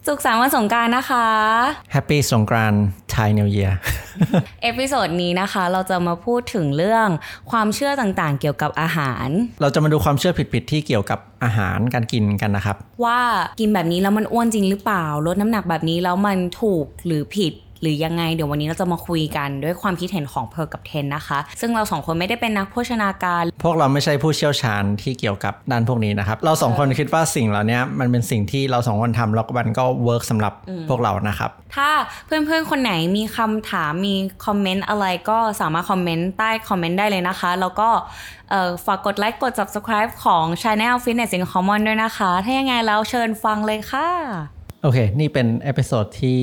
สุขสันต์วันสงกรานต์นะคะ Happy สงกรานต์ Thai New Year เอพิโซดนี้นะคะเราจะมาพูดถึงเรื่องความเชื่อต่างๆเกี่ยวกับอาหารเราจะมาดูความเชื่อผิดๆที่เกี่ยวกับอาหารการกินกันนะครับว่ากินแบบนี้แล้วมันอ้วนจริงหรือเปล่าลดน้ำหนักแบบนี้แล้วมันถูกหรือผิดหรือยังไงเดี๋ยววันนี้เราจะมาคุยกันด้วยความคิดเห็นของเพร์ลกับเทนนะคะซึ่งเราสองคนไม่ได้เป็นนักโภชนาการพวกเราไม่ใช่ผู้เชี่ยวชาญที่เกี่ยวกับด้านพวกนี้นะครับเราสองคนคิดว่าสิ่งเหล่านี้มันเป็นสิ่งที่เราสองคนทำแล้วมันก็เวิร์กสำหรับพวกเรานะครับถ้าเพื่อนๆคนไหนมีคำถามมีคอมเมนต์อะไรก็สามารถคอมเมนต์ใต้คอมเมนต์ได้เลยนะคะแล้วก็ฝากกดไลค์กด Subscribe ของ Channel Fitness in Common ด้วยนะคะถ้ายังไงแล้วเชิญฟังเลยค่ะโอเคนี่เป็นเอพิโซดที่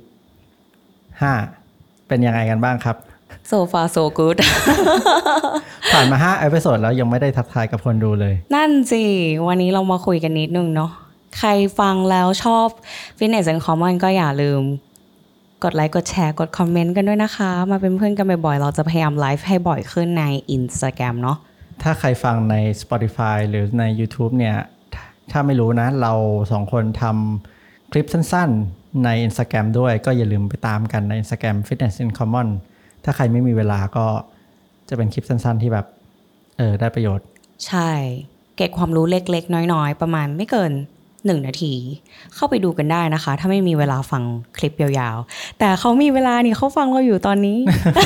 5เป็นยังไงกันบ้างครับ So far so good ผ่านมา5เอพิโซดแล้วยังไม่ได้ทักทายกับคนดูเลยนั่นสิวันนี้เรามาคุยกันนิดนึงเนาะใครฟังแล้วชอบ Fitness in Common ก็อย่าลืมกดไลค์กดแชร์กดคอมเมนต์กันด้วยนะคะมาเป็นเพื่อนกันบ่อยๆเราจะพยายามไลฟ์ให้บ่อยขึ้นใน Instagram เนาะถ้าใครฟังใน Spotify หรือใน YouTube เนี่ยถ้าไม่รู้นะเรา2คนทำคลิปสั้นๆใน Instagram ด้วยก็อย่าลืมไปตามกันใน Instagram Fitness in Common ถ้าใครไม่มีเวลาก็จะเป็นคลิปสั้นๆที่แบบได้ประโยชน์ใช่เก็บความรู้เล็กๆน้อยๆประมาณไม่เกิน1 นาทีเข้าไปดูกันได้นะคะถ้าไม่มีเวลาฟังคลิปยาวๆแต่เขามีเวลานี่เขาฟังเราอยู่ตอนนี้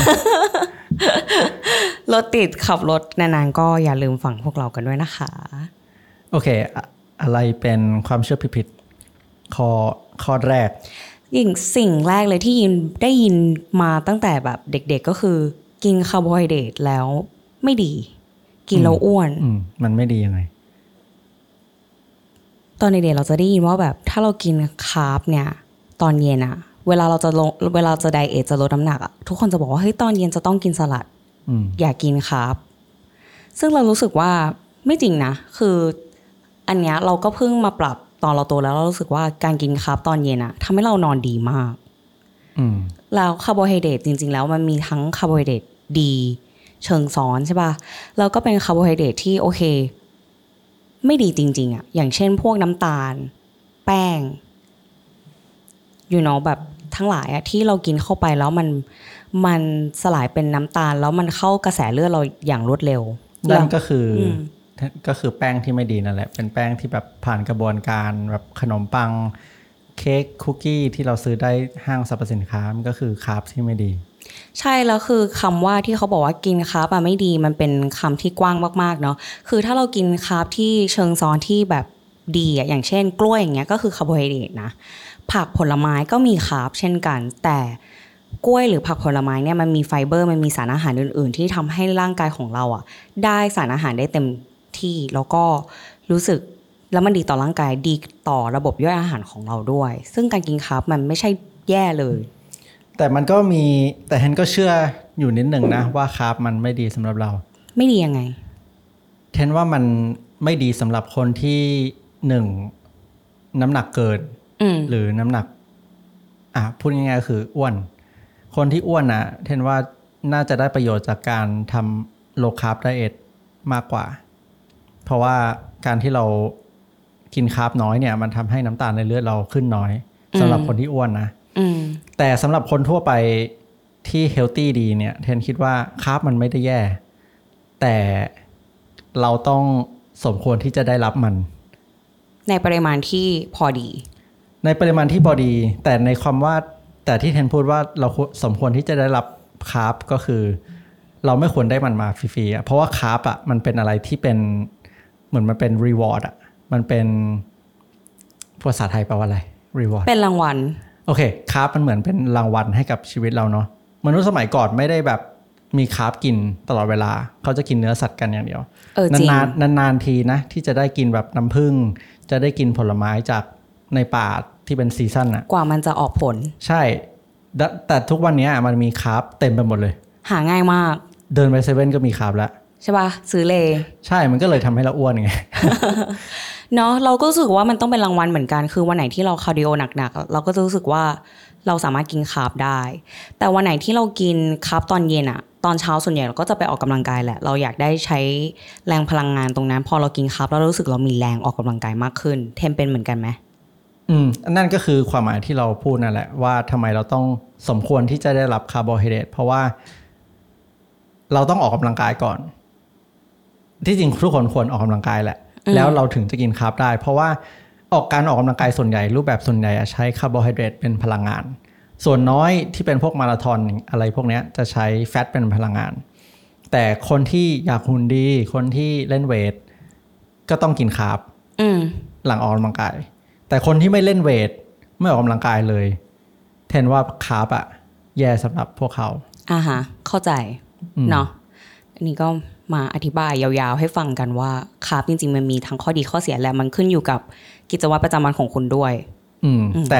รถติดขับรถนานๆก็อย่าลืมฟังพวกเรากันด้วยนะคะโอเคอะไรเป็นความเชื่อผิดๆข้อแรกสิ่งแรกเลยที่ได้ยินมาตั้งแต่แบบเด็กๆก็คือกินคาร์โบไฮเดรตแล้วไม่ดีกินแล้วอ้วนมันไม่ดียังไงตอนเด็กๆเราจะได้ยินว่าแบบถ้าเรากินคาร์บเนี่ยตอนเย็นอะเวลาจะไดเอทจะลดน้ำหนักอะทุกคนจะบอกว่าเฮ้ยตอนเย็นจะต้องกินสลัดอย่ากินคาร์บซึ่งเรารู้สึกว่าไม่จริงนะคืออันเนี้ยเราก็เพิ่งมาปรับตอนเราโตแล้วเรารู้สึกว่าการกินคาร์บตอนเย็นอะทำให้เรานอนดีมากแล้วคาร์โบไฮเดรตจริงๆแล้วมันมีทั้งคาร์โบไฮเดรตดีเชิงซ้อนใช่ป่ะแล้วก็เป็นคาร์โบไฮเดรตที่โอเคไม่ดีจริงๆอ่ะอย่างเช่นพวกน้ำตาลแป้งแบบทั้งหลายอ่ะที่เรากินเข้าไปแล้วมันสลายเป็นน้ำตาลแล้วมันเข้ากระแสเลือดเราอย่างรวดเร็วนั่นก็คือแป้งที่ไม่ดีนั่นแหละเป็นแป้งที่แบบผ่านกระบวนการแบบขนมปังเค้กคุกกี้ที่เราซื้อได้ห้างสรรพสินค้ามันก็คือคาร์บที่ไม่ดีใช่แล้วคือคำว่าที่เขาบอกว่ากินคาร์บไม่ดีมันเป็นคำที่กว้างมากๆเนาะคือถ้าเรากินคาร์บที่เชิงซ้อนที่แบบดีอ่ะอย่างเช่นกล้วยอย่างเงี้ยก็คือคาร์โบไฮเดรตนะผักผลไม้ก็มีคาร์บเช่นกันแต่กล้วยหรือผักผลไม้เนี่ยมันมีไฟเบอร์มันมีสารอาหารอื่นๆที่ทำให้ร่างกายของเราอ่ะได้สารอาหารได้เต็มที่แล้วก็รู้สึกแล้วมันดีต่อร่างกายดีต่อระบบย่อยอาหารของเราด้วยซึ่งการกินคาร์บมันไม่ใช่แย่เลยแต่มันก็มีแต่เฮนก็เชื่ออยู่นิดหนึ่งนะว่าคาร์บมันไม่ดีสำหรับเราไม่ดียังไงเทนว่ามันไม่ดีสำหรับคนที่1น้ำหนักเกินหรือน้ำหนักพูดง่ายๆก็คืออ้วนคนที่อ้วนนะเทนว่าน่าจะได้ประโยชน์จากการทำโลคาร์บไดเอทมากกว่าเพราะว่าการที่เรากินคาร์บน้อยเนี่ยมันทำให้น้ำตาลในเลือดเราขึ้นน้อยสำหรับคนที่อ้วนนะแต่สำหรับคนทั่วไปที่เฮลตี้ดีเนี่ยเทนคิดว่าคาร์บมันไม่ได้แย่แต่เราต้องสมควรที่จะได้รับมันในปริมาณที่พอดีในปริมาณที่พอดีแต่ในความว่าแต่ที่เทนพูดว่าเราสมควรที่จะได้รับคาร์บก็คือเราไม่ควรได้มันมาฟรีๆเพราะว่าคาร์บมันเป็นอะไรที่เป็นเหมือนมันเป็นรีวอร์ดมันเป็นภาษาไทยแปลว่าอะไรรีวอร์ดเป็นรางวัลโอเคคาร์บมันเหมือนเป็นรางวัลให้กับชีวิตเราเนาะมนุษย์สมัยก่อนไม่ได้แบบมีคาร์บกินตลอดเวลาเขาจะกินเนื้อสัตว์กันอย่างเดียวนานทีนะที่จะได้กินแบบน้ำผึ้งจะได้กินผลไม้จากในป่าที่เป็นซีซั่นกว่ามันจะออกผลใช่แต่ทุกวันนี้มันมีคาร์บเต็มไปหมดเลยหาง่ายมากเดินไปเซเว่นก็มีคาร์บแล้วใช่ป่ะซื้อเลยใช่มันก็เลยทำให้เราอ้วนไงเนาะเราก็รู้สึกว่ามันต้องเป็นรางวัลเหมือนกันคือวันไหนที่เราคาร์ดิโอหนักๆเราก็จะรู้สึกว่าเราสามารถกินคาร์บได้แต่วันไหนที่เรากินคาร์บตอนเย็นตอนเช้าส่วนใหญ่เราก็จะไปออกกำลังกายแหละเราอยากได้ใช้แรงพลังงานตรงนั้นพอเรากินคาร์บแล้วรู้สึกเรามีแรงออกกำลังกายมากขึ้นเทมเป็นเหมือนกันไหมนั่นก็คือความหมายที่เราพูดนั่นแหละว่าทำไมเราต้องสมควรที่จะได้รับคาร์โบไฮเดรตเพราะว่าเราต้องออกกำลังกายก่อนที่จริงทุกคนควรออกกำลังกายแหละแล้วเราถึงจะกินคาร์บได้เพราะว่าการออกกำลังกายส่วนใหญ่รูปแบบส่วนใหญ่ใช้คาร์โบไฮเดรตเป็นพลังงานส่วนน้อยที่เป็นพวกมาราธอนอะไรพวกนี้จะใช้แฟตเป็นพลังงานแต่คนที่อยากหุ่นดีคนที่เล่นเวทก็ต้องกินคาร์บหลังออกกำลังกายแต่คนที่ไม่เล่นเวทไม่ออกกำลังกายเลยแทนว่าคาร์บอะแย่สำหรับพวกเขาฮะเข้าใจเนาะอันนี้ก็มาอธิบายยาวๆให้ฟังกันว่าคาร์บจริงๆมันมีทั้งข้อดีข้อเสียและมันขึ้นอยู่กับกิจวัตรประจำวันของคุณด้วยแต่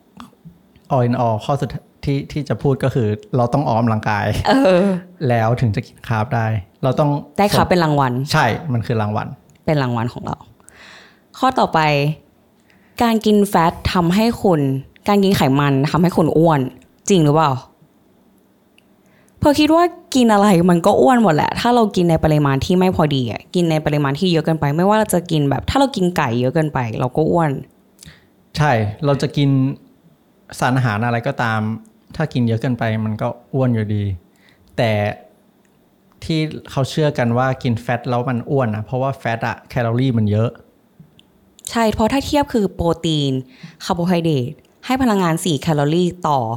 all in all ข้อสุดที่จะพูดก็คือเราต้องออกกำลังกายแล้วถึงจะกินคาร์บได้เราต้องได้คาร์บเป็นรางวัลใช่มันคือรางวัลเป็นรางวัลของเราข้อต่อไปการกินแฟตทำให้คุณการกินไขมันทำให้คุณอ้วนจริงหรือเปล่าพอคิดว่ากินอะไรมันก็อ้วนหมดแหละถ้าเรากินในปริมาณที่ไม่พอดีอ่ะกินในปริมาณที่เยอะเกินไปไม่ว่าเราจะกินแบบถ้าเรากินไก่เยอะเกินไปเราก็อ้วนใช่เราจะกินสารอาหารอะไรก็ตามถ้ากินเยอะเกินไปมันก็อ้วนอยู่ดีแต่ที่เขาเชื่อกันว่ากินแฟตแล้วมันอ้วนนะเพราะว่าแฟตอะแคลอรี่มันเยอะใช่เพราะถ้าเทียบคือโปรตีนคาร์โบไฮเดรตให้พลังงาน4แคลอรี่ต่อ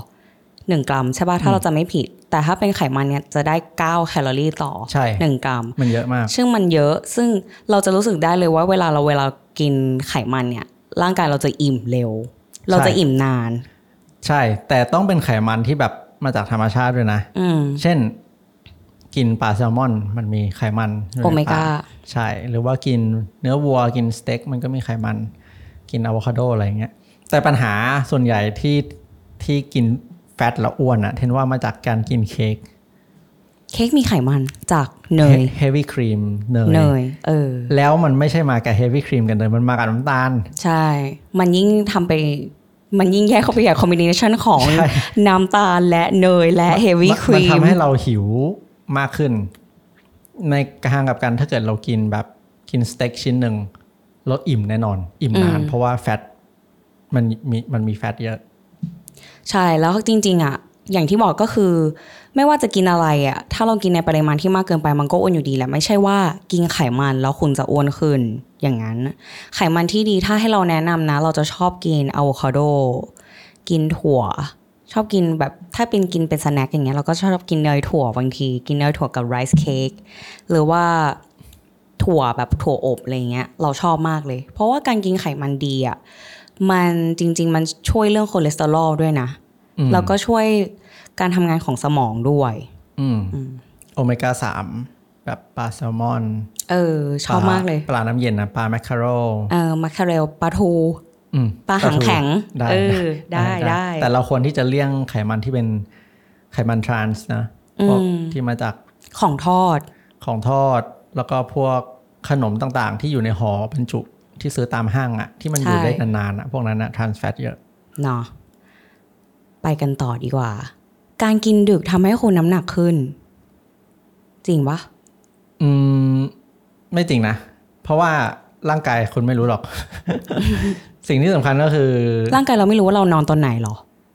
1กรัมใช่ป่ะถ้าเราจะไม่ผิดแต่ถ้าเป็นไขมันเนี่ยจะได้9แคลอรี่ต่อ1กรัมมันเยอะมากซึ่งมันเยอะซึ่งเราจะรู้สึกได้เลยว่าเวลากินไขมันเนี่ยร่างกายเราจะอิ่มเร็วเราจะอิ่มนานใช่แต่ต้องเป็นไขมันที่แบบมาจากธรรมชาติด้วยนะเช่นกินปลาแซลมอนมันมีไขมันโอเมก้าใช่หรือว่ากินเนื้อวัวกินสเต็กมันก็มีไขมันกินอะโวคาโดอะไรเงี้ยแต่ปัญหาส่วนใหญ่ที่กินแฟตแล้วอ้วนอะเทนว่ามาจากการกินเค้กมีไขมันจากเนย heavy cream เนยแล้วมันไม่ใช่มากับ heavy cream กันเลยมันมากับน้ำตาลใช่มันยิ่งทำไปมันยิ่งแยกเข้าไปอย่างคอมบิเนชันของน้ำตาลและเนยและ heavy cream มันทำให้เราหิวมากขึ้นในทางกับกันถ้าเกิดเรากินแบบกินสเต็กชิ้นหนึ่งเราอิ่มแน่นอนอิ่มนานเพราะว่าแฟตมันมีแฟตเยอะใช่แล้วจริงๆอ่ะอย่างที่บอกก็คือไม่ว่าจะกินอะไรอ่ะถ้าเรากินในปริมาณที่มากเกินไปมันก็อ้วนอยู่ดีแหละไม่ใช่ว่ากินไขมันแล้วคุณจะอ้วนขึ้นอย่างนั้นไขมันที่ดีถ้าให้เราแนะนำนะเราจะชอบกินอะโวคาโดกินถั่วชอบกินแบบถ้ากินเป็นสแน็คอย่างเงี้ยเราก็ชอบกินเนยถั่วบางทีกินเนยถั่วกับไรซ์เค้กหรือว่าถั่วแบบถั่วอบอะไรเงี้ยเราชอบมากเลยเพราะว่าการกินไขมันดีอ่ะมันจริงๆมันช่วยเรื่องคอเลสเตอรอลด้วยนะแล้วก็ช่วยการทำงานของสมองด้วยโอเมก้า3แบบปลาแซลมอนชอบมากเลยปลาน้ำเย็นนะปลาแมคคาเรลแมคคาเรลปลาทูปลาหางแข็งได้แต่เราควรที่จะเลี่ยงไขมันที่เป็นไขมันทรานส์นะพวกที่มาจากของทอดแล้วก็พวกขนมต่างๆที่อยู่ในห่อบรรจุที่ซื้อตามห้างอ่ะที่มันอยู่ได้นานๆอ่ะพวกนั้นอ่ะทรานส์แฟตเยอะเนาะไปกันต่อดีกว่าการกินดึกทำให้คุณน้ำหนักขึ้นจริงปะไม่จริงนะเพราะว่าร่างกายคุณไม่รู้หรอก สิ่งที่สำคัญก็คือร่างกายเราไม่รู้ว่าเรานอนตอนไหนหรอ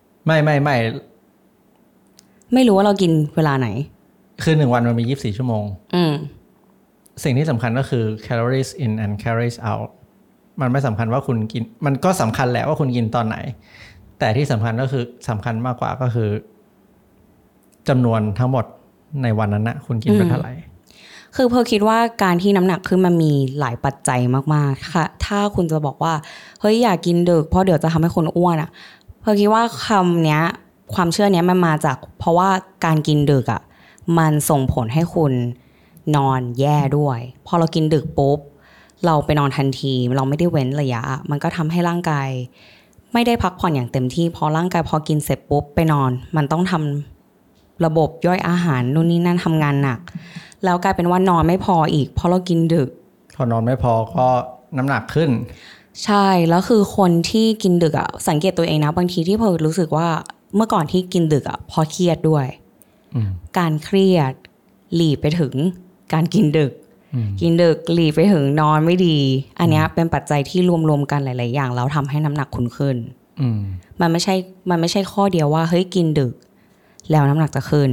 ไม่รู้ว่าเรากินเวลาไหนคือ1วันมันมี24ชั่วโมงสิ่งที่สำคัญก็คือ calories in and calories out มันไม่สำคัญว่าคุณกินมันก็สำคัญแหละว่าคุณกินตอนไหนแต่ที่สำคัญก็คือสำคัญมากกว่าก็คือจำนวนทั้งหมดในวันนั้นนะคุณกินไปเท่าไหร่คือเพอคิดว่าการที่น้ำหนักขึ้นมันมีหลายปัจจัยมากๆค่ะถ้าคุณจะบอกว่าเฮ้ยอย่ากินดึกเพราะเดี๋ยวจะทำให้คนอ้วนอ่ะเพอคิดว่าคำเนี้ยความเชื่อเนี้ยมันมาจากเพราะว่าการกินดึกอ่ะมันส่งผลให้คุณนอนแย่ด้วยพอเรากินดึกปุ๊บเราไปนอนทันทีเราไม่ได้เว้นระยะมันก็ทำให้ร่างกายไม่ได้พักผ่อนอย่างเต็มที่พอร่างกายพอกินเสร็จปุ๊บไปนอนมันต้องทำระบบย่อยอาหารนู่นนี่นั่นทำงานหนักแล้วกลายเป็นว่านอนไม่พออีกเพราะเรากินดึกพอนอนไม่พอก็น้ำหนักขึ้นใช่แล้วคือคนที่กินดึกอ่ะสังเกตตัวเองนะบางทีที่พอรู้สึกว่าเมื่อก่อนที่กินดึกอ่ะพอเครียดด้วยการเครียดหลีดไปถึงการกินดึกกินดึกหลีไปถึงนอนไม่ดีอันนี้เป็นปัจจัยที่รวมๆกันหลายๆอย่างแล้วทำให้น้ำหนักคุณขึ้นมันไม่ใช่ข้อเดียวว่าเฮ้ยกินดึกแล้วน้ำหนักจะขึ้น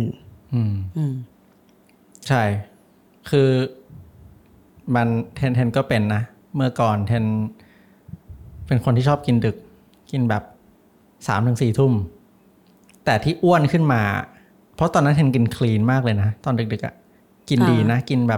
ใช่คือมันเทนก็เป็นนะเมื่อก่อนเทนเป็นคนที่ชอบกินดึกกินแบบ 3-4 ทุ่มแต่ที่อ้วนขึ้นมาเพราะตอนนั้นเทนกินคลีนมากเลยนะตอนดึกๆอ่ะกินดีนะกินแบบ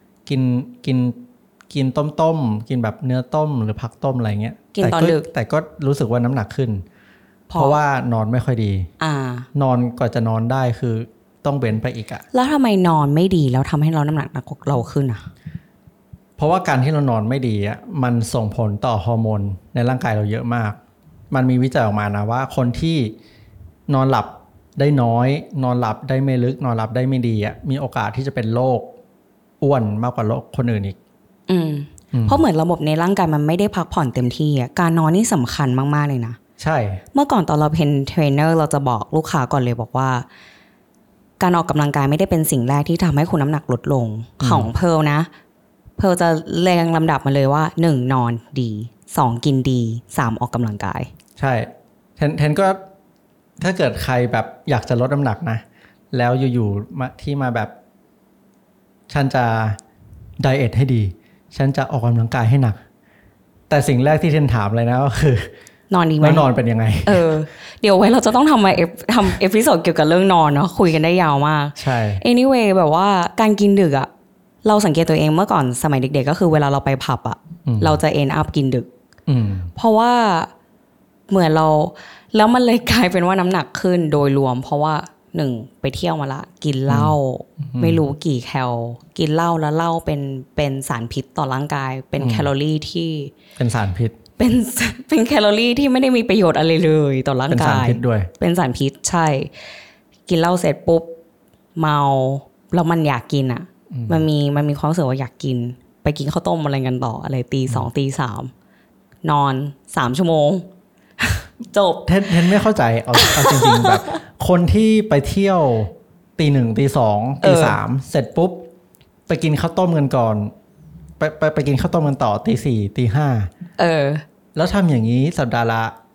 กินต้มกินแบบเนื้อต้มหรือผักต้มอะไรเงี้ยกินตอนดึกแต่ก็รู้สึกว่าน้ำหนักขึ้นเพราะว่านอนไม่ค่อยดีนอนกว่าจะนอนได้คือต้องเว้นไปอีกอ่ะแล้วทำไมนอนไม่ดีแล้วทำให้เราน้ำหนักเราขึ้นอ่ะเพราะว่าการที่เรานอนไม่ดีอ่ะมันส่งผลต่อฮอร์โมนในร่างกายเราเยอะมากมันมีวิจัยออกมานะว่าคนที่นอนหลับได้น้อยนอนหลับได้ไม่ลึกนอนหลับได้ไม่ดีอ่ะมีโอกาสที่จะเป็นโรคอ้วนมากกว่าโรคคนอื่นอีกเพราะเหมือนระบบในร่างกายมันไม่ได้พักผ่อนเต็มที่อ่ะการนอนนี่สำคัญมากๆเลยนะใช่เมื่อก่อนตอนเราเป็นเทรนเนอร์เราจะบอกลูกค้าก่อนเลยบอกว่าการออกกำลังกายไม่ได้เป็นสิ่งแรกที่ทำให้คุณน้ำหนักลดลงของเพร์ลนะเพร์ลจะเรียงลำดับมาเลยว่า1นอนดี2กินดี3ออกกำลังกายใช่เทนก็ถ้าเกิดใครแบบอยากจะลดน้ำหนักนะแล้วอยู่ๆที่มาแบบฉันจะไดเอทให้ดีฉันจะออกกำลังกายให้หนักแต่สิ่งแรกที่เทนถามเลยนะก็คือนอนดีไหมแล้วนอนเป็นยังไงเดี๋ยวไว้เราจะต้องทำเอพิโซดเกี่ยวกับเรื่องนอนเนาะคุยกันได้ยาวมากใช่ anyway แบบว่าการกินดึกอะเราสังเกตตัวเองเมื่อก่อนสมัยเด็กๆก็คือเวลาเราไปผับอะเราจะend upกินดึกเพราะว่าเหมือนเราแล้วมันเลยกลายเป็นว่าน้ำหนักขึ้นโดยรวมเพราะว่า1ไปเที่ยวมาละกินเหล้าไม่รู้กี่แคลกินเหล้าแล้วเหล้าเป็นสารพิษต่อร่างกายเป็นแคลอรี่ที่เป็นสารพิษเป็นแคลอรี่ที่ไม่ได้มีประโยชน์อะไรเลยต่อร่างกายเป็นสารพิษด้วยเป็นสารพิษใช่กินเหล้าเสร็จปุ๊บเมาแล้วมันอยากกินอ่ะมันมีความรู้สึกว่าอยากกินไปกินข้าวต้มอะไรกันต่ออะไรตี 2 ตี 3นอน3 ชั่วโมงจบเทนไม่เข้าใจเอาจริงๆแบบคนที่ไปเที่ยวตี 1 ตี 2 ตี 3เสร็จปุ๊บไปกินข้าวต้มกันก่อนไปกินข้าวต้มกันต่อตี 4 ตี 5แล้วทำอย่างนี้สัปดาห์ละ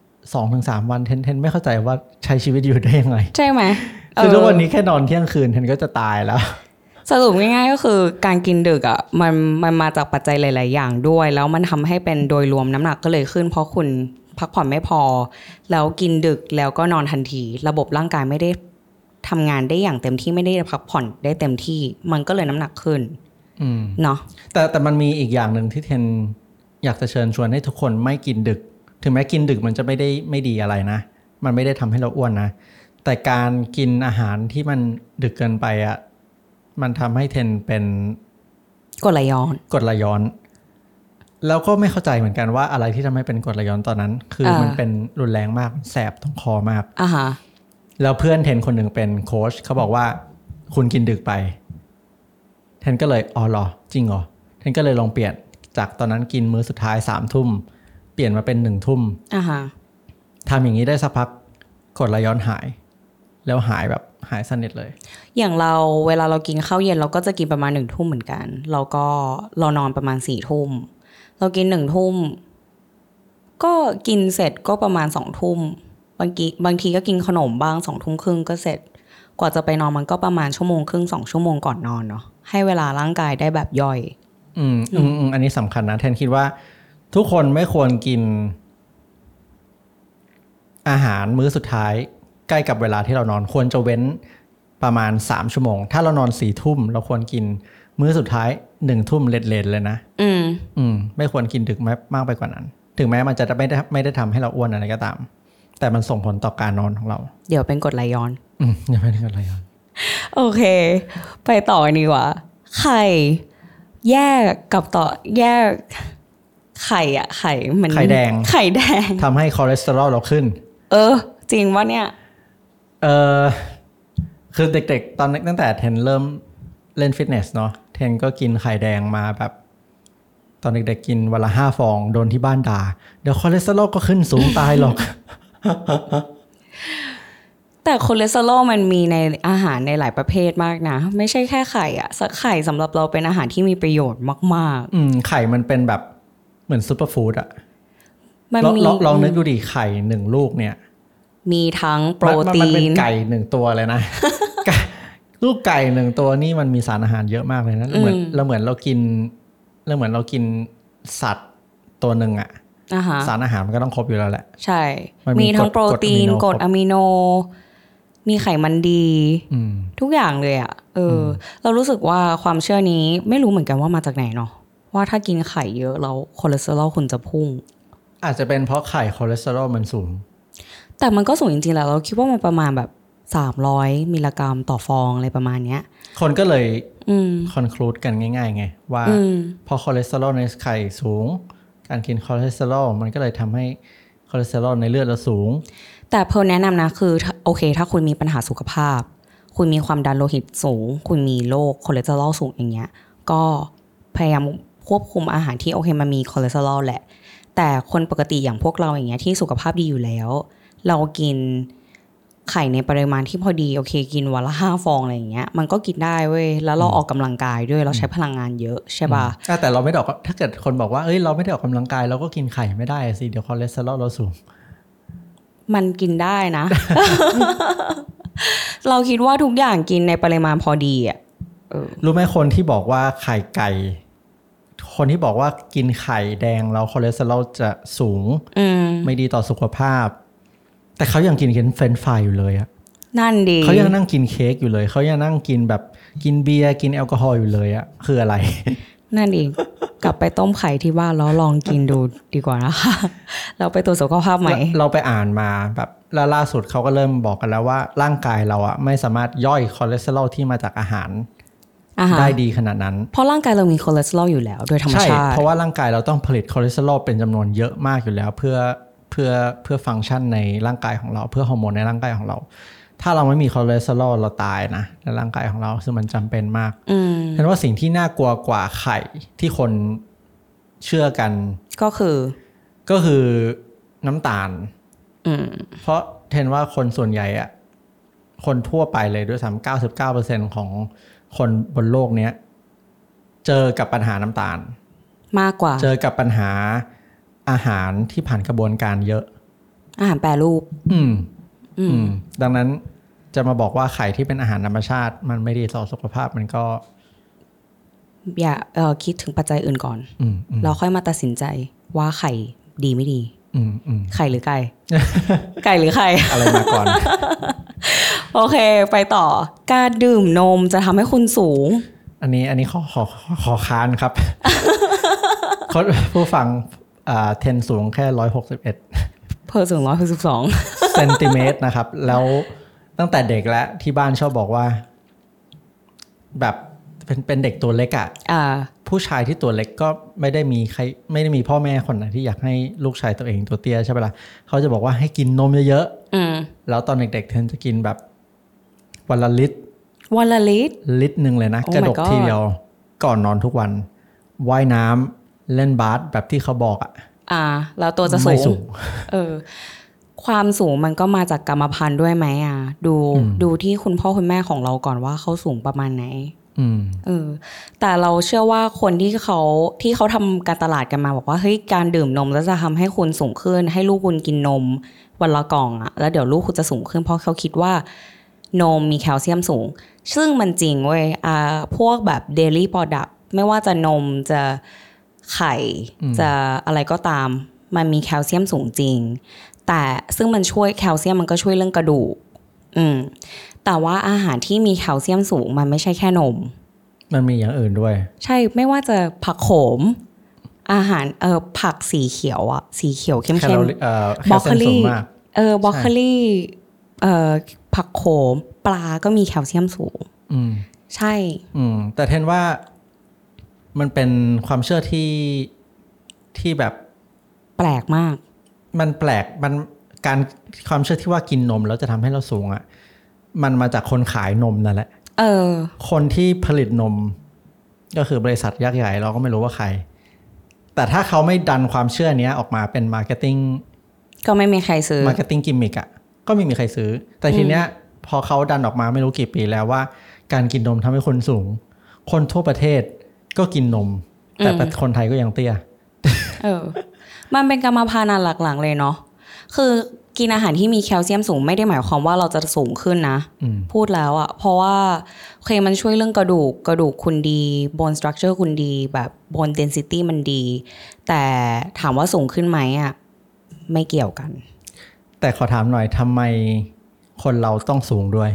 2-3 วันเทนไม่เข้าใจว่าใช้ชีวิตอยู่ได้ยังไงใช่ไหมคือทุกวันนี้แค่นอนเที่ยงคืนเทนก็จะตายแล้วสรุปง่ายๆก็คือการกินดึกอ่ะมันมาจากปัจจัยหลายๆอย่างด้วยแล้วมันทำให้เป็นโดยรวมน้ำหนักก็เลยขึ้นเพราะคุณพักผ่อนไม่พอแล้วกินดึกแล้วก็นอนทันทีระบบร่างกายไม่ได้ทำงานได้อย่างเต็มที่ไม่ได้พักผ่อนได้เต็มที่มันก็เลยน้ำหนักขึ้นเนาะแต่มันมีอีกอย่างหนึ่งที่เทนอยากจะเชิญชวนให้ทุกคนไม่กินดึกถึงแม้กินดึกมันจะไม่ดีอะไรนะมันไม่ได้ทำให้เราอ้วนนะแต่การกินอาหารที่มันดึกเกินไปอ่ะมันทำให้เทนเป็นกรดไหลย้อนแล้วก็ไม่เข้าใจเหมือนกันว่าอะไรที่ทำให้เป็นกรดไหลย้อนตอนนั้นคือมันเป็นรุนแรงมากแสบตรงคอมากแล้วเพื่อนเทนคนหนึ่งเป็นโค้ชเขาบอกว่าคุณกินดึกไปเทนก็เลยอ๋อเหรอจริงเหรอเทนก็เลยลองเปลี่ยนจากตอนนั้นกินมื้อสุดท้าย 3 ทุ่มเปลี่ยนมาเป็น1 ทุ่มทำอย่างนี้ได้สักพักกรดไหลย้อนหายแล้วหายสนิทเลยอย่างเราเวลาเรากินข้าวเย็นเราก็จะกินประมาณ1 ทุ่มเหมือนกันแล้วก็เรานอนประมาณ4 ทุ่มเรากิน1 ทุ่มก็กินเสร็จก็ประมาณ2 ทุ่มบางทีก็กินขนมบ้าง2 ทุ่มครึ่งก็เสร็จกว่าจะไปนอนมันก็ประมาณ1 ชั่วโมงครึ่ง2 ชั่วโมงก่อนนอนเนาะให้เวลาร่างกายได้แบบย่อยอันนี้สำคัญนะแทนคิดว่าทุกคนไม่ควรกินอาหารมื้อสุดท้ายใกล้กับเวลาที่เรานอนควรจะเว้นประมาณ3 ชั่วโมงถ้าเรานอน4 ทุ่มเราควรกินมื้อสุดท้าย1 ทุ่มเลทเลยนะไม่ควรกินดึกมากไปกว่านั้นถึงแม้มันจะไม่ได้ทำให้เราอ้วนอะไรก็ตามแต่มันส่งผลต่อการนอนของเราเดี๋ยวเป็นกรดไหลย้อนเดี๋ยวเป็นกรดไหลย้อนโอเคไปต่อดีกว่าไข่แยกกับต่อแยกไข่อะไข่มันไข่แดงทำให้คอเลสเตอรอลเราขึ้นจริงว่าเนี่ยคือเด็กๆตอนตั้งแต่เทนเริ่มเล่นฟิตเนสเนาะเทนก็กินไข่แดงมาแบบตอนเด็กๆกินวันละ5 ฟองโดนที่บ้านด่าเดี๋ยวคอเลสเตอรอลก็ขึ้นสูงตายหรอกแต่คอเลสเตอรอลมันมีในอาหารในหลายประเภทมากนะไม่ใช่แค่ไข่อ่ะไข่สำหรับเราเป็นอาหารที่มีประโยชน์มากๆไข่มันเป็นแบบเหมือนซุปเปอร์ฟู้ดอ่ะมันมีลองนึกดูดิไข่1ลูกเนี่ยมีทั้งโปรตีนมันเป็นไก่1ตัวเลยนะ ลูกไก่1ตัวนี่มันมีสารอาหารเยอะมากเลยนะเหมือนเรากินสัตว์ตัวหนึ่งอ่ะสารอาหารมันก็ต้องครบอยู่แล้วแหละใช่มีทั้งโปรตีนกรดอะมิโนมีไขมันดีทุกอย่างเลยอ่ะเรารู้สึกว่าความเชื่อนี้ไม่รู้เหมือนกันว่ามาจากไหนเนาะว่าถ้ากินไข่เยอะแล้วคอเลสเตอรอลคุณจะพุ่งอาจจะเป็นเพราะไข่คอเลสเตอรอลมันสูงแต่มันก็สูงจริงๆแล้วเราคิดว่ามันประมาณแบบ300มิลลิกรัมต่อฟองอะไรประมาณเนี้ยคนก็เลยคอนคลูดกันง่ายๆไงว่าพอคอเลสเตอรอลในไข่สูงการกินคอเลสเตอรอลมันก็เลยทำให้คอเลสเตอรอลในเลือดเราสูงแต่เพลแนะนำนะคือโอเคถ้าคุณมีปัญหาสุขภาพคุณมีความดันโลหิตสูงคุณมีโรคคอเลสเตอรอลสูงอย่างเงี้ยก็พยายามควบคุมอาหารที่โอเคมันมีคอเลสเตอรอลแหละแต่คนปกติอย่างพวกเราอย่างเงี้ยที่สุขภาพดีอยู่แล้วเรากินไข่ในปริมาณที่พอดีโอเคกินวันละ5 ฟองอะไรอย่างเงี้ยมันก็กินได้เว้ยแล้วเราออกกำลังกายด้วยเราใช้พลังงานเยอะใช่ป่ะแต่เราไม่ได้ออกถ้าเกิดคนบอกว่าเอ้ยเราไม่ได้ออกกำลังกายเราก็กินไข่ไม่ได้สิเดี๋ยวคอเลสเตอรอลเราสูงมันกินได้นะ เราคิดว่าทุกอย่างกินในปริมาณพอดีอ่ะรู้ไหมคนที่บอกว่าไข่ไก่คนที่บอกว่ากินไข่แดงแล้วคอเลสเตอรอลจะสูงไม่ดีต่อสุขภาพแต่เขายังกินเฟรนช์ฟรายอยู่เลยอะนั่นดีเขายังนั่งกินเค้กอยู่เลยเขายังนั่งกินแบบกินเบียร์กินแอลกอฮอล์อยู่เลยอะคืออะไรนั่นเองกลับไปต้มไข่ที่บ้านแล้วลองกินดูดีกว่านะคะเราไปตรวจสุขภาพใหม่เราไปอ่านมาแบบล่าสุดเขาก็เริ่มบอกกันแล้วว่าร่างกายเราอะไม่สามารถย่อยคอเลสเตอรอลที่มาจากอาหารได้ดีขนาดนั้นเพราะร่างกายเรามีคอเลสเตอรอลอยู่แล้วโดยธรรมชาติใช่เพราะว่าร่างกายเราต้องผลิตคอเลสเตอรอลเป็นจำนวนเยอะมากอยู่แล้วเพื่อฟังก์ชันในร่างกายของเราเพื่อฮอร์โมนในร่างกายของเราถ้าเราไม่มีคอเลสเตอรอลเราตายนะในร่างกายของเราซึ่งมันจำเป็นมากฉะนั้นว่าสิ่งที่น่ากลัวกว่าไข่ที่คนเชื่อกันก็คือน้ำตาลเพราะเห็นว่าคนส่วนใหญ่อะคนทั่วไปเลยด้วยซ้ำ 99% ของคนบนโลกเนี้ยเจอกับปัญหาน้ำตาลมากกว่าเจอกับปัญหาอาหารที่ผ่านกระบวนการเยอะอาหารแปรรูปดังนั้นจะมาบอกว่าไข่ที่เป็นอาหารธรรมชาติมันไม่ดีต่อสุขภาพมันก็อย่าคิดถึงปัจจัยอื่นก่อนเราค่อยมาตัดสินใจว่าไข่ดีไม่ดีไข่หรือไก่ ไก่หรือไข่อะไรมาก่อนโอเคไปต่อการดื่มนมจะทำให้คุณสูงอันนี้ขอค้านครับ ผู้ฟังเทนสูงแค่161 เพอสูง162 เซนติเมตรนะครับแล้วตั้งแต่เด็กแล้วที่บ้านชอบบอกว่าแบบเป็นเด็กตัวเล็กอ่ะผู้ชายที่ตัวเล็กก็ไม่ได้มีพ่อแม่คนไหนที่อยากให้ลูกชายตัวเองตัวเตี้ยใช่ไหมล่ะเขาจะบอกว่าให้กินนมเยอะๆแล้วตอนเด็กๆเทนจะกินแบบวันละลิตรนึงเลยนะกระดกทีเดียวก่อนนอนทุกวันว่ายน้ำเล่นบาสแบบที่เขาบอกแล้วตัวจะสูงความสูงมันก็มาจากกรรมพันธุ์ด้วยไหมดูที่คุณพ่อคุณแม่ของเราก่อนว่าเขาสูงประมาณไหนแต่เราเชื่อว่าคนที่เขาทำการตลาดกันมาบอกว่าเฮ้ยการดื่มนมแล้วจะทำให้คุณสูงขึ้นให้ลูกคุณกินนมวันละกล่องแล้วเดี๋ยวลูกคุณจะสูงขึ้นเพราะเขาคิดว่านมมีแคลเซียมสูงซึ่งมันจริงเว้ยพวกแบบ daily product ไม่ว่าจะนมจะไข่จะอะไรก็ตามมันมีแคลเซียมสูงจริงแต่ซึ่งมันช่วยแคลเซียมมันก็ช่วยเรื่องกระดูกแต่ว่าอาหารที่มีแคลเซียมสูงมันไม่ใช่แค่นมมันมีอย่างอื่นด้วยใช่ไม่ว่าจะผักโขมอาหารผักสีเขียวสีเขียวเข้มๆบรอกโคลีบรอกโคลีผักโขมปลาก็มีแคลเซียมสูงใช่แต่เทนว่ามันเป็นความเชื่อที่แบบแปลกมากมันแปลกมันการความเชื่อที่ว่ากินนมแล้วจะทำให้เราสูงมันมาจากคนขายนมนั่นแหละคนที่ผลิตนมก็คือบริษัทยักษ์ใหญ่เราก็ไม่รู้ว่าใครแต่ถ้าเขาไม่ดันความเชื่อนี้ออกมาเป็นมาร์เก็ตติ้งก็ไม่มีใครซื้อมาร์เก็ตติ้งกิมมิกก็ไม่มีใครซื้อแต่ทีเนี้ยพอเขาดันออกมาไม่รู้กี่ปีแล้วว่าการกินนมทำให้คนสูงคนทั่วประเทศก็กินนมแต่คนไทยก็ยังเตี้ยมันเป็นกรรมพันธุ์หลักๆเลยเนาะคือกินอาหารที่มีแคลเซียมสูงไม่ได้หมายความว่าเราจะสูงขึ้นนะพูดแล้วอะเพราะว่าโอเคมันช่วยเรื่องกระดูกคุณดี bone structure คุณดีแบบ bone density มันดีแต่ถามว่าสูงขึ้นไหมอะไม่เกี่ยวกันแต่ขอถามหน่อยทำไมคนเราต้องสูงด้วย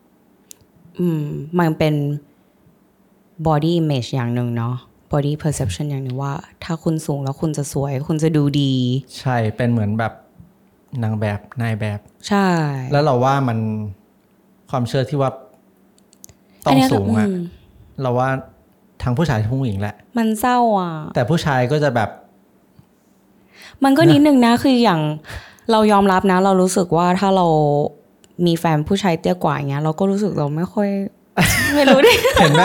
มันเป็น body image อย่างหนึ่งเนาะ body perception อย่างหนึ่งว่าถ้าคุณสูงแล้วคุณจะสวยคุณจะดูดีใช่เป็นเหมือนแบบนางแบบนายแบบใช่แล้วเราว่ามันความเชื่อที่ว่าต้องสูงอะเราว่าทั้งผู้ชายทั้งผู้หญิงแหละมันเศร้าอ่ะแต่ผู้ชายก็จะแบบมันก็นิดนึงนะคืออย่างเรายอมรับนะเรารู้สึกว่าถ้าเรามีแฟนผู้ชายเตี้ยกว่าอย่างเงี้ยเราก็รู้สึกเราไม่ค่อยไม่รู้ดิเห็นไหม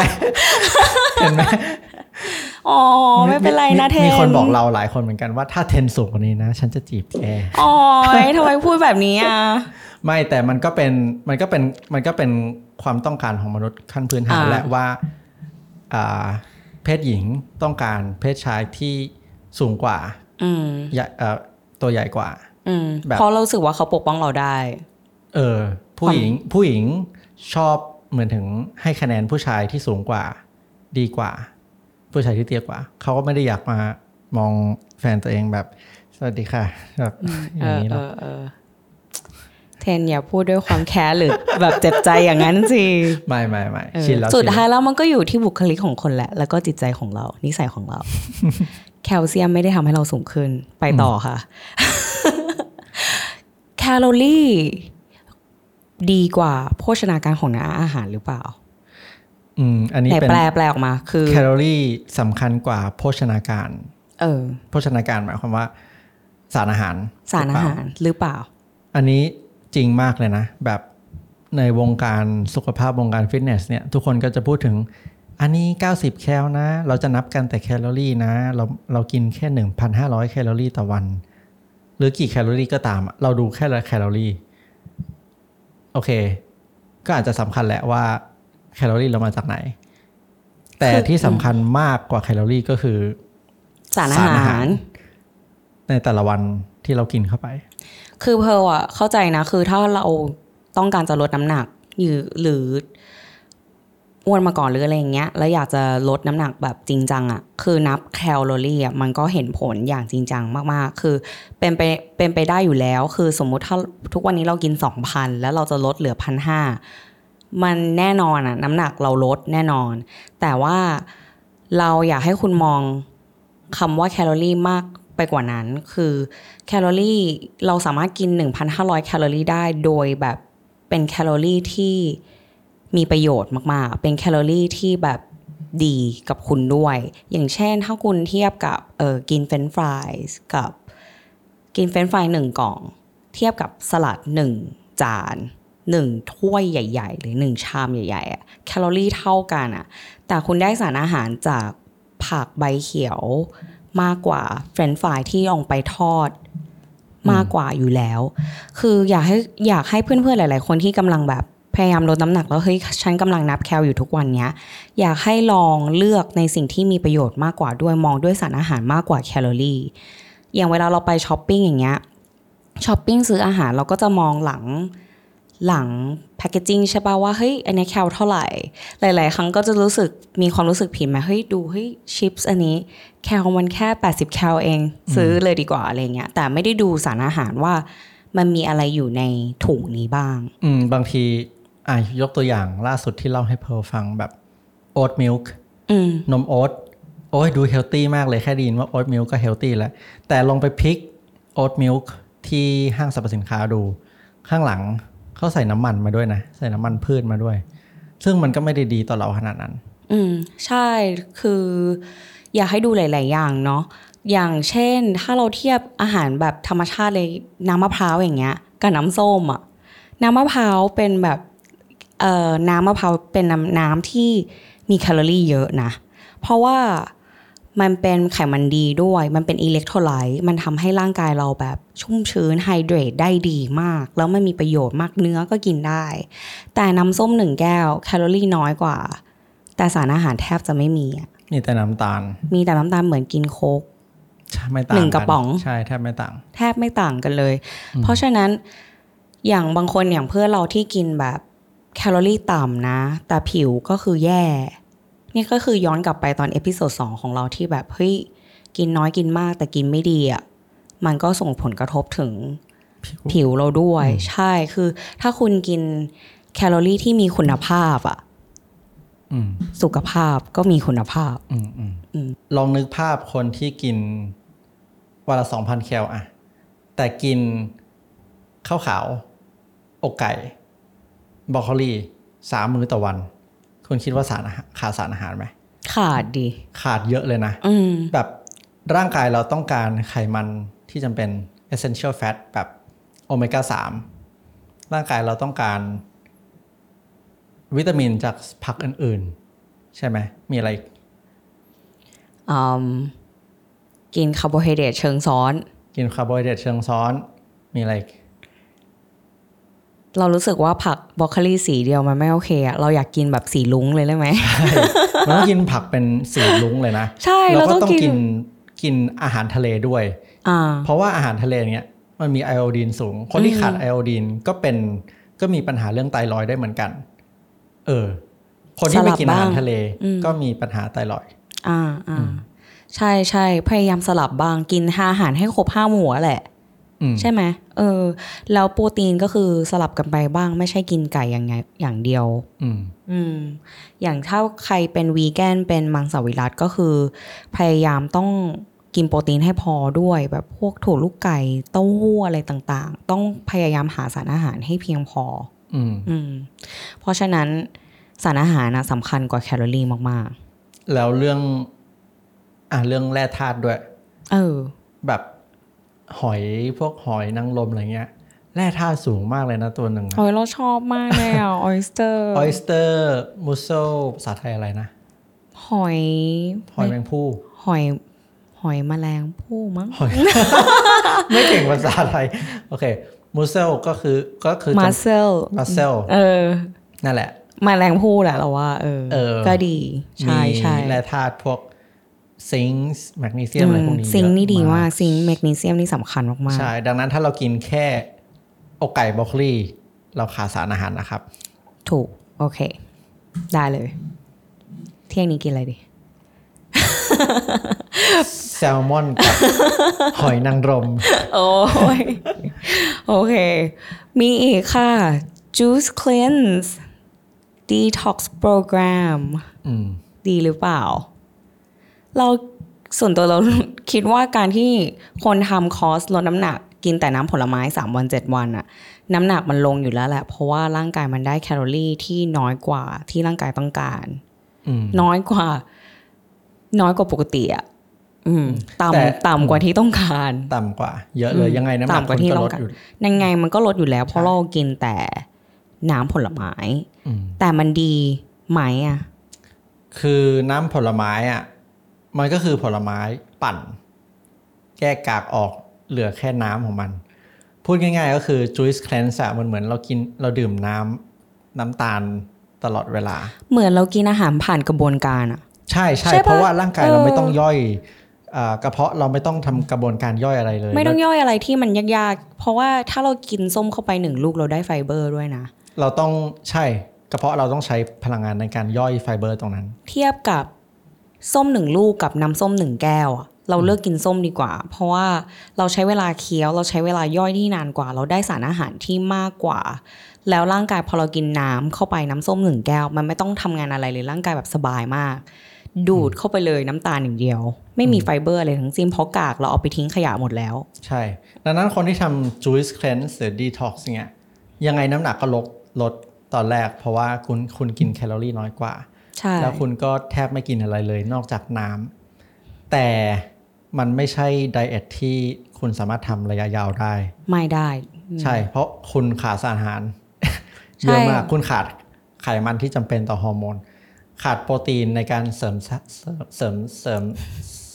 อ๋อไม่เป็นไรนะเทนมีคนบอกเราหลายคนเหมือนกันว่าถ้าเทนสูงกว่านี้นะฉันจะจีบแกอ๋อทำไมพูดแบบนี้อ่ะไม่แต่มันก็เป็นความต้องการของมนุษย์ขั้นพื้นฐานแหละว่าเพศหญิงต้องการเพศชายที่สูงกว่าตัวใหญ่กว่าเพราะเรารู้สึกว่าเขาปกป้องเราได้ผู้หญิงชอบเหมือนถึงให้คะแนนผู้ชายที่สูงกว่าดีกว่าผู้ชายที่เตี้ยกว่าเขาก็ไม่ได้อยากมามองแฟนตัวเองแบบสวัสดีค่ะแบบอย่างนี้หรอกเทนอย่าพูดด้วยความแค้นหรือแบบเจ็บใจอย่างนั้นสิไม่ชินแล้วสุดท้ายแล้วมันก็อยู่ที่บุคลิกของคนแหละแล้วก็จิตใจของเรานิสัยของเราแคลเซียมไม่ได้ทำให้เราสูงขึ้นไปต่อค่ะแคลอรี่ดีกว่าโภชนาการของอาหารหรือเปล่าอันนี้เป็นแปลออกมาคือแคลอรี่สำคัญกว่าโภชนาการโภชนาการหมายความว่าสารอาหารหรือเปล่าอันนี้จริงมากเลยนะแบบในวงการสุขภาพวงการฟิตเนสเนี่ยทุกคนก็จะพูดถึงอันนี้90แคลนะเราจะนับกันแต่แคลอรี่นะเรากินแค่ 1,500 แคลอรี่ต่อวันหรือกี่แคลอรี่ก็ตามเราดูแค่ละแคลอรี่โอเคก็อาจจะสำคัญแหละว่าแคลอรี่เรามาจากไหนแต่ที่สำคัญมากกว่าแคลอรี่ก็คือสารอาหารในแต่ละวันที่เรากินเข้าไปคือเพร์ลอะเข้าใจนะคือถ้าเราต้องการจะลดน้ำหนักหรืออ้วนมาก่อนหรืออะไรอย่างเงี้ยแล้วอยากจะลดน้ำหนักแบบจริงจังอะคือนับแคลอรี่อะมันก็เห็นผลอย่างจริงจังมากๆคือเป็นไปได้อยู่แล้วคือสมมุติถ้าทุกวันนี้เรากิน 2,000 แล้วเราจะลดเหลือ 1,500 มันแน่นอนอะน้ำหนักเราลดแน่นอนแต่ว่าเราอยากให้คุณมองคำว่าแคลอรี่มากไปกว่านั้นคือแคลอรี่เราสามารถกิน 1,500 แคลอรี่ได้โดยแบบเป็นแคลอรี่ที่มีประโยชน์มากๆเป็นแคลอรี่ที่แบบดีกับคุณด้วยอย่างเช่นถ้าคุณเทียบกับกินเฟรนช์ฟรายกับกินเฟรนช์ฟราย1กล่องเทียบกับสลัด1จาน1ถ้วยใหญ่ๆหรือ1ชามใหญ่ๆอะแคลอรี่เท่ากันอะแต่คุณได้สารอาหารจากผักใบเขียวมากกว่าเฟรนช์ฟรายที่เอาไปทอดมากกว่าอยู่แล้วคืออยากให้เพื่อนๆหลายๆคนที่กำลังแบบพยายามลดน้ำหนักแล้วเฮ้ยฉันกำลังนับแคลอยู่ทุกวันเนี้ยอยากให้ลองเลือกในสิ่งที่มีประโยชน์มากกว่าด้วยมองด้วยสารอาหารมากกว่าแคลอรี่อย่างเวลาเราไปช้อปปิ้งอย่างเงี้ยช้อปปิ้งซื้ออาหารเราก็จะมองหลังแพคเกจจิ้งใช่ป่ะว่าเฮ้ยอันนี้แคลเท่าไหร่หลายๆครั้งก็จะรู้สึกมีความรู้สึกผิดไหมเฮ้ยดูเฮ้ยชิปส์อันนี้แคลมันแค่80แคลเองซื้อเลยดีกว่าอะไรเงี้ยแต่ไม่ได้ดูสารอาหารว่ามันมีอะไรอยู่ในถุงนี้บ้างบางทียกตัวอย่างล่าสุดที่เล่าให้เพร์ลฟังแบบโอ๊ตมิลค์นมโอ๊ตโอ้ยดูเฮลตี้มากเลยแค่ได้ยินว่าโอ๊ตมิลค์ก็เฮลตี้แล้วแต่ลองไปพลิกโอ๊ตมิลค์ที่ห้างสรรพสินค้าดูข้างหลังเขาใส่น้ำมันมาด้วยนะใส่น้ำมันพืชมาด้วยซึ่งมันก็ไม่ได้ดีต่อเราขนาดนั้นใช่คืออยากให้ดูหลายๆอย่างเนาะอย่างเช่นถ้าเราเทียบอาหารแบบธรรมชาติเลยน้ำมะพร้าวอย่างเงี้ยกับน้ำส้มอะน้ำมะพร้าวเป็นแบบน้ำมะพร้าวเป็นน้ำที่มีแคลอรี่เยอะนะเพราะว่ามันเป็นไขมันดีด้วยมันเป็นอิเล็กโทรไลต์มันทำให้ร่างกายเราแบบชุ่มชื้นไฮเดรตได้ดีมากแล้วมันมีประโยชน์มากเนื้อก็กินได้แต่น้ำส้ม1แก้วแคลอรี่น้อยกว่าแต่สารอาหารแทบจะไม่มีมีแต่น้ำตาลเหมือนกินโค้กไม่ต่างกัน 1กระป๋องใช่แทบไม่ต่างกันเลยเพราะฉะนั้นอย่างบางคนอย่างเพื่อนเราที่กินแบบแคลอรี่ต่ำนะแต่ผิวก็คือแย่นี่ก็คือย้อนกลับไปตอนเอพิโซด2ของเราที่แบบเฮ้ยกินน้อยกินมากแต่กินไม่ดีอ่ะมันก็ส่งผลกระทบถึงผิวเราด้วยใช่คือถ้าคุณกินแคลอรี่ที่มีคุณภาพอ่ะสุขภาพก็มีคุณภาพลองนึกภาพคนที่กินวันละ 2,000 แคลอะแต่กินข้าวขาวอกไก่บรอกโคลี3 มื้อต่อวันคุณคิดว่าขาดสารอาหารไหมขาดดิขาดเยอะเลยนะแบบร่างกายเราต้องการไขมันที่จำเป็น essential fat แบบโอเมก้า3ร่างกายเราต้องการวิตามินจากผักอื่นๆใช่ไหมมีอะไรกินคาร์โบไฮเดรตเชิงซ้อนมีอะไรเรารู้สึกว่าผักบรอกโคลีสีเดียวมันไม่โอเคอะเราอยากกินแบบสีลุ้งเลยได้ไหมใช่เราต้องกินผักเป็นสีลุ้งเลยนะใช่เราก็ต้องกินอาหารทะเลด้วยเพราะว่าอาหารทะเลเนี่ยมันมีไอโอดีนสูงคนที่ขาดไอโอดีนก็มีปัญหาเรื่องไทรอยด์ได้เหมือนกันคนที่ไม่กินอาหารทะเลก็มีปัญหาไทรอยด์ใช่พยายามสลับบ้างกินอาหารให้ครบ5 หมู่แหละใช่ไหมแล้วโปรตีนก็คือสลับกันไปบ้างไม่ใช่กินไก่อย่างเดียวอย่างถ้าใครเป็นวีแกนเป็นมังสวิรัติก็คือพยายามต้องกินโปรตีนให้พอด้วยแบบพวกถั่วลูกไก่เต้าหู้อะไรต่างๆต้องพยายามหาสารอาหารให้เพียงพอเพราะฉะนั้นสารอาหารนะสำคัญกว่าแคลอรี่มากๆแล้วเรื่องแร่ธาตุด้วยแบบพวกหอยนางรมอะไรเงี้ยแร่ธาตุสูงมากเลยนะตัวหนึ่งเราชอบมากเลยออสเตอร์มูสโซภาษาไทยอะไรนะหอยแมงผู้หอยแมลงผู้มั้งไม่เก่งภาษาไทยโอเคมูสเซลก็คือมาเซลนั่นแหละแมลงผู้แหละเราว่าก็ดีใช่แร่ธาตุพวกซิงค์แมกนีเซียมอะไรพวกนี้ซิงค์นี่ดีมากซิงค์แมกนีเซียมนี่สำคัญมากๆใช่ดังนั้นถ้าเรากินแค่อกไก่บรอกโคลีเราขาดสารอาหารนะครับถูกโอเคได้เลยเที่ยงนี้กินอะไรดีแซลมอนกับหอยนางรมโอ้ยโอเคมีอีกค่ะ Juice Cleanse Detox Program ดีหรือเปล่าเราส่วนตัวเราคิดว่าการที่คนทำคอร์สลดน้ำหนักกินแต่น้ำผลไม้3 วัน 7 วันอะน้ำหนักมันลงอยู่แล้วแหละเพราะว่าร่างกายมันได้แคลอรี่ที่น้อยกว่าที่ร่างกายต้องการน้อยกว่าปกติอะต่ำกว่าที่ต้องการต่ำกว่าเยอะเลยยังไงน้ำหนักมันก็ลดอยู่ยังไงมันก็ลดอยู่แล้วเพราะเรากินแต่น้ำผลไม้แต่มันดีไหมอะคือน้ำผลไม้อะมันก็คือผลไม้ปั่นแก้กากออกเหลือแค่น้ำของมันพูดง่ายๆก็คือ juice cleanse มันเหมือนเราดื่มน้ำตาลตลอดเวลาเหมือนเรากินอาหารผ่านกระบวนการอะใช่เพราะว่าร่างกายเราไม่ต้องย่อยกระเพาะเราไม่ต้องทำกระบวนการย่อยอะไรเลยไม่ต้องย่อยอะไรที่มันยากๆเพราะว่าถ้าเรากินส้มเข้าไป1 ลูกเราได้ไฟเบอร์ด้วยนะเราต้องใช่กระเพาะเราต้องใช้พลังงานในการย่อยไฟเบอร์ตรงนั้นเทียบกับส้ม1 ลูกกับน้ำส้ม1 แก้วอะเราเลือกกินส้มดีกว่าเพราะว่าเราใช้เวลาเคี้ยวเราใช้เวลาย่อยที่นานกว่าเราได้สารอาหารที่มากกว่าแล้วร่างกายพอเรากินน้ำเข้าไปน้ำส้ม1 แก้วมันไม่ต้องทำงานอะไรเลยร่างกายแบบสบายมากดูดเข้าไปเลยน้ำตาลอย่างเดียวไม่มีไฟเบอร์อะไรทั้งสิ้นเพราะกากเราเอาไปทิ้งขยะหมดแล้วใช่ดังนั้นคนที่ทำ juice cleanse หรือ detox เนี่ยยังไงน้ำหนักก็ลดตอนแรกเพราะว่าคุณกินแคลอรี่น้อยกว่าแล้วคุณก็แทบไม่กินอะไรเลยนอกจากน้ำแต่มันไม่ใช่ไดเอทที่คุณสามารถทำระยะยาวได้ไม่ได้ใช่เพราะคุณขาดสารอาหารเยอะมากคุณขาดไขมันที่จำเป็นต่อฮอร์โมนขาดโปรตีนในการเสริม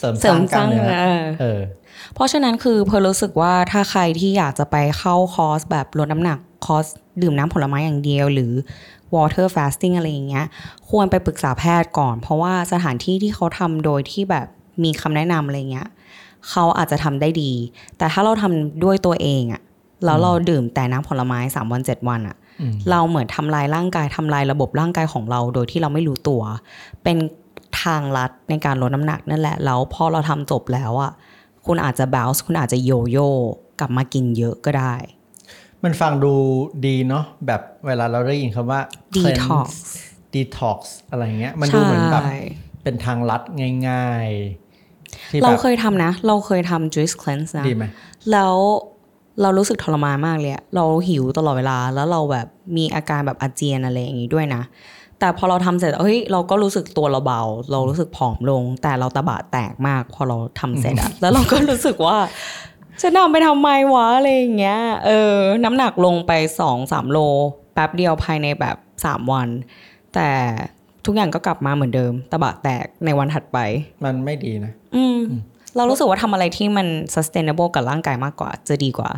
ริมสร้างกล้ามเนื้อเพราะฉะนั้นคือเพอรู้สึกว่าถ้าใครที่อยากจะไปเข้าคอร์สแบบลดน้ำหนักคอร์สดื่มน้ำผลไม้อย่างเดียวหรือ water fasting อะไรอย่างเงี้ยควรไปปรึกษาแพทย์ก่อนเพราะว่าสถานที่ที่เขาทำโดยที่แบบมีคำแนะนำอะไรเงี้ยเขาอาจจะทำได้ดีแต่ถ้าเราทำด้วยตัวเองอะแล้วเราดื่มแต่น้ำผลไม้3 วัน 7 วันอะเราเหมือนทำลายร่างกายทำลายระบบร่างกายของเราโดยที่เราไม่รู้ตัวเป็นทางลัดในการลดน้ำหนักนั่นแหละแล้วพอเราทำจบแล้วอะคุณอาจจะbounceคุณอาจจะโยโย่กลับมากินเยอะก็ได้มันฟังดูดีเนาะแบบเวลาเราได้ยินคำว่า detox อะไรเงี้ยมันดูเหมือนแบบเป็นทางลัดง่ายๆเราเคยทำนะเราเคยทำ juice cleanse นะดีไหมแล้วเรารู้สึกทรมานมากเลยเราหิวตลอดเวลาแล้วเราแบบมีอาการแบบอาเจียนอะไรอย่างงี้ด้วยนะแต่พอเราทำเสร็จเราก็รู้สึกตัวเราเบาเรารู้สึกผอมลงแต่เราตะบะแตกมากพอเราทำเสร็จอะแล้วเราก็รู้สึกว่าฉันทำไปทำไมวะอะไรอย่างเงี้ยน้ำหนักลงไป 2-3 โลแป๊บเดียวภายในแบบ3 วันแต่ทุกอย่างก็กลับมาเหมือนเดิมตะบะแตกในวันถัดไปมันไม่ดีนะเรารู้สึกว่าทำอะไรที่มัน sustainable กับร่างกายมากกว่าจะดีกว่า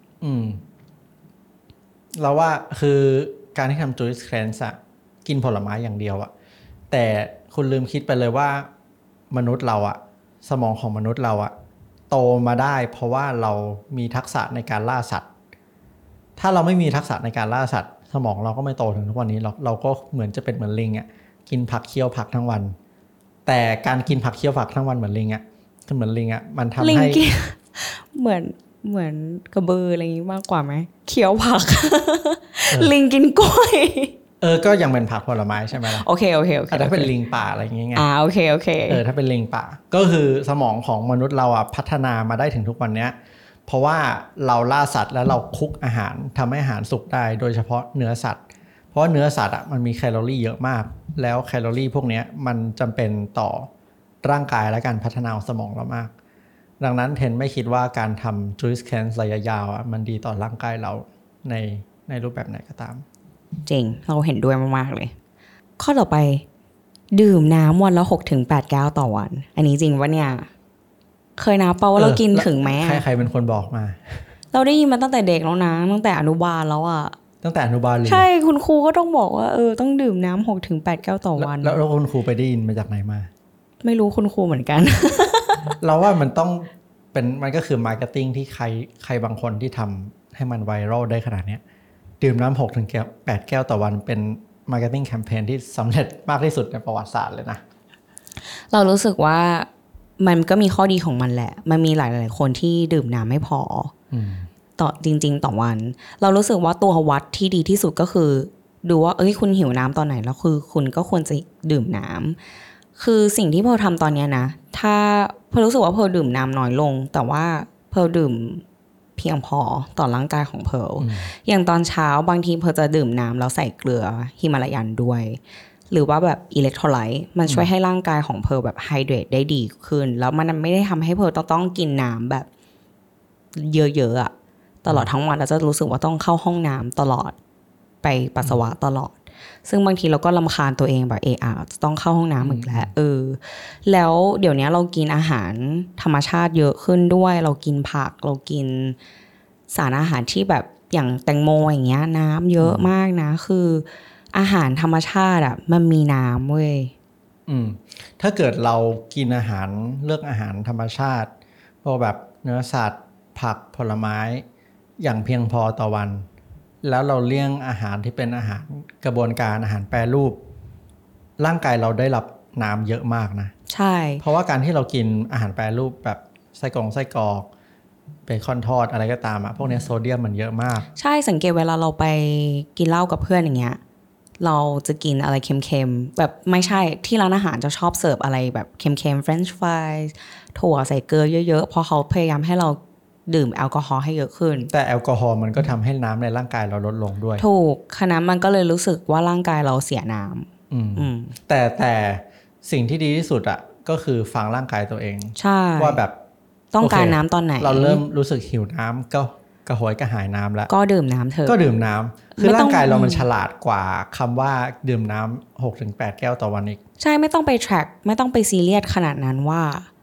เราว่าคือการที่ทำ juice cleanse อะกินผลไม้อย่างเดียวอะแต่คุณลืมคิดไปเลยว่ามนุษย์เราอะสมองของมนุษย์เราอะโตมาได้เพราะว่าเรามีทักษะในการล่าสัตว์ถ้าเราไม่มีทักษะในการล่าสัตว์สมองเราก็ไม่โตถึงทุกวันนี้เราก็เหมือนจะเป็นเหมือนลิงอะกินผักเคี้ยวผักทั้งวันแต่การกินผักเคี้ยวผักทั้งวันเหมือนลิงอะเหมือนลิงอะมันทำให้เหมือนกระบืออะไรอย่างงี้มากกว่าไหมเคี้ยวผัก ลิงกินกล้วยก็ยังเป็นผักผลไม้ใช่ไหมล่ะโอเคแต่ถ้าเป็นลิงป่าอะไรอย่างเงี้ยโอเคถ้าเป็นลิงป่าก็คือสมองของมนุษย์เราอ่ะพัฒนามาได้ถึงทุกวันเนี้ยเพราะว่าเราล่าสัตว์แล้วเราคุกอาหารทำให้อาหารสุกได้โดยเฉพาะเนื้อสัตว์เพราะเนื้อสัตว์อ่ะมันมีแคลอรี่เยอะมากแล้วแคลอรี่พวกนี้มันจำเป็นต่อร่างกายและการพัฒนาสมองเรามากดังนั้นเทนไม่คิดว่าการทำ juice cleanse ระยะยาวอ่ะมันดีต่อร่างกายเราในรูปแบบไหนก็ตามจริงเราเห็นด้วยมากๆเลยข้อต่อไปดื่มน้ำวันละ 6-8 แก้วต่อวันอันนี้จริงปะเนี่ยเคยนับเปล่าว่าเรากินถึงไหมใครเป็นคนบอกมาเราได้ยินมาตั้งแต่เด็กแล้วนะตั้งแต่อนุบาลแล้วอ่ะตั้งแต่อนุบาลเลยใช่คุณครูก็ต้องบอกว่าต้องดื่มน้ำ 6-8 แก้วต่อวันแล้วคุณครูไปได้ยินมาจากไหนมาไม่รู้คุณครูเหมือนกันเราว่ามันต้องเป็นมันก็คือมาร์เก็ตติ้งที่ใครบางคนที่ทำให้มันไวรัลได้ขนาดนี้ดื่มน้ำ6-8 แก้วต่อวันเป็นมาร์เก็ตติ้งแคมเปญที่สำเร็จมากที่สุดในประวัติศาสตร์เลยนะเรารู้สึกว่ามันก็มีข้อดีของมันแหละมันมีหลายๆคนที่ดื่มน้ำไม่พอต่อจริงๆต่อวันเรารู้สึกว่าตัววัดที่ดีที่สุดก็คือดูว่าคุณหิวน้ำตอนไหนแล้วคือคุณก็ควรจะดื่มน้ำคือสิ่งที่เพลทำตอนนี้นะถ้าเพลรู้สึกว่าเพลดื่มน้ำน้อยลงแต่ว่าเพลดื่มเพียงพอต่อร่างกายของเพลอย่างตอนเช้าบางทีเพลจะดื่มน้ำแล้วใส่เกลือฮิมาลายันด้วยหรือว่าแบบอิเล็กโทรไลต์มันช่วยให้ร่างกายของเพลแบบไฮเดรตได้ดีขึ้นแล้วมันไม่ได้ทำให้เพลต้องกินน้ำแบบเยอะๆอะตลอดทั้งวันเราจะรู้สึกว่าต้องเข้าห้องน้ำตลอดไปปัสสาวะตลอดซึ่งบางทีเราก็รำคาญตัวเองแบบจะต้องเข้าห้องน้ำอีกแล้วแล้วเดี๋ยวนี้เรากินอาหารธรรมชาติเยอะขึ้นด้วยเรากินผักเรากินสารอาหารที่แบบอย่างแตงโมอย่างเงี้ยน้ำเยอะมากนะคืออาหารธรรมชาติอะมันมีน้ำเว้ยถ้าเกิดเรากินอาหารเลือกอาหารธรรมชาติพวกแบบเนื้อสัตว์ผักผลไม้อย่างเพียงพอต่อวันแล้วเราเลี่ยงอาหารที่เป็นอาหารกระบวนการอาหารแปรรูปร่างกายเราได้รับน้ำเยอะมากนะใช่เพราะว่าการที่เรากินอาหารแปรรูปแบบไส้กรอกเบคอนทอดอะไรก็ตามพวกนี้โซเดียมมันเยอะมากใช่สังเกตเวลาเราไปกินเหล้ากับเพื่อนอย่างเงี้ยเราจะกินอะไรเค็มๆแบบไม่ใช่ที่ร้านอาหารจะชอบเสิร์ฟอะไรแบบเค็มๆ French fries ถั่วใส่เกลือเยอะๆเพราะเขาพยายามให้เราดื่มแอลกอฮอล์ให้เยอะขึ้นแต่แอลกอฮอล์มันก็ทำให้น้ำในร่างกายเราลดลงด้วยถูกขณะมันก็เลยรู้สึกว่าร่างกายเราเสียน้ำแต่สิ่งที่ดีที่สุดก็คือฟังร่างกายตัวเองใช่ว่าแบบต้องการน้ำตอนไหนเราเริ่มรู้สึกหิวน้ำก็กระหายกระหายน้ำแล้วก็ดื่มน้ำเถอะก็ดื่มน้ำคือร่างกายเรามันฉลาดกว่าคำว่าดื่มน้ำ6-8 แก้วต่อวันอีกใช่ไม่ต้องไป track ไม่ต้องไปซีเรียสขนาดนั้นว่า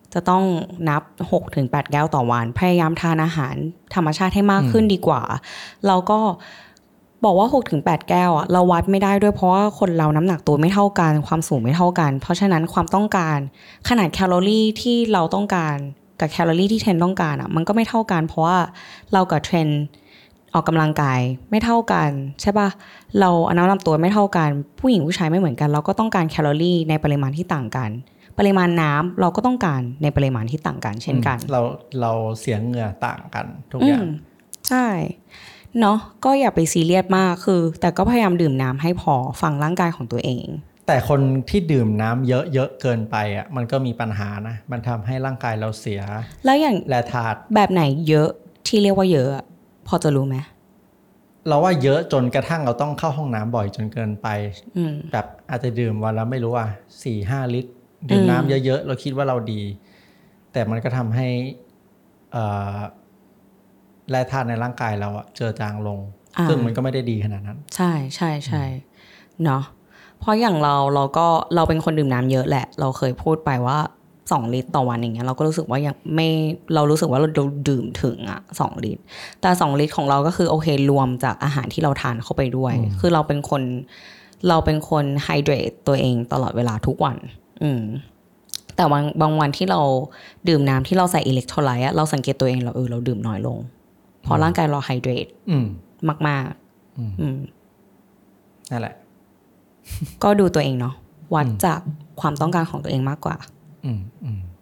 จะต้องนับ 6-8 แก้วต่อวันพยายามทานอาหารธรรมชาติให้มากขึ้นดีกว่าเราก็บอกว่า 6-8 แก้วอ่ะเราวัดไม่ได้ด้วยเพราะว่าคนเราน้ำหนักตัวไม่เท่ากันความสูงไม่เท่ากันเพราะฉะนั้นความต้องการขนาดแคลอรี่ที่เราต้องการกับแคลอรี่ที่เทรนต้องการอ่ะมันก็ไม่เท่ากันเพราะว่าเรากับเทรนออกกำลังกายไม่เท่ากันใช่ป่ะเราน้ำหนักตัวไม่เท่ากันผู้หญิงผู้ชายไม่เหมือนกันเราก็ต้องการแคลอรี่ในปริมาณที่ต่างกันปริมาณน้ำเราก็ต้องการในปริมาณที่ต่างกันเช่นกันเราเสียเหงื่อต่างกันทุกอย่างใช่เนาะก็อย่าไปซีเรียสมากคือแต่ก็พยายามดื่มน้ำให้พอฟังร่างกายของตัวเองแต่คนที่ดื่มน้ำเยอะๆเกินไปอ่ะมันก็มีปัญหานะมันทำให้ร่างกายเราเสียแล้วอย่างแร่ธาตุแบบไหนเยอะที่เรียกว่าเยอะพอจะรู้ไหมเราว่าเยอะจนกระทั่งเราต้องเข้าห้องน้ำบ่อยจนเกินไปแบบอาจจะดื่มวันละไม่รู้ว่า 4-5 ลิตรดื่มน้ำเยอะๆเราคิดว่าเราดีแต่มันก็ทำให้แร่ธาตุในร่างกายเราเจือจางลงซึ่งมันก็ไม่ได้ดีขนาดนั้นใช่ใช่ใช่เนาะเพราะอย่างเราเป็นคนดื่มน้ำเยอะแหละเราเคยพูดไปว่า2 ลิตรต่อวันอย่างเงี้ยเราก็รู้สึกว่ายังไม่เรารู้สึกว่าเราดื่มถึง2 ลิตรแต่2 ลิตรของเราก็คือโอเครวมจากอาหารที่เราทานเข้าไปด้วยคือเราเป็นคนไฮเดรตตัวเองตลอดเวลาทุกวันแต่บางวันที่เราดื่มน้ำที่เราใส่อิเล็กโทรไลต์เราสังเกตตัวเองเราดื่มน้อยลงเพราะร่างกายเราไฮเดรตมากๆนั่นแหละก็ดูตัวเองเนาะวัดจากความต้องการของตัวเองมากกว่า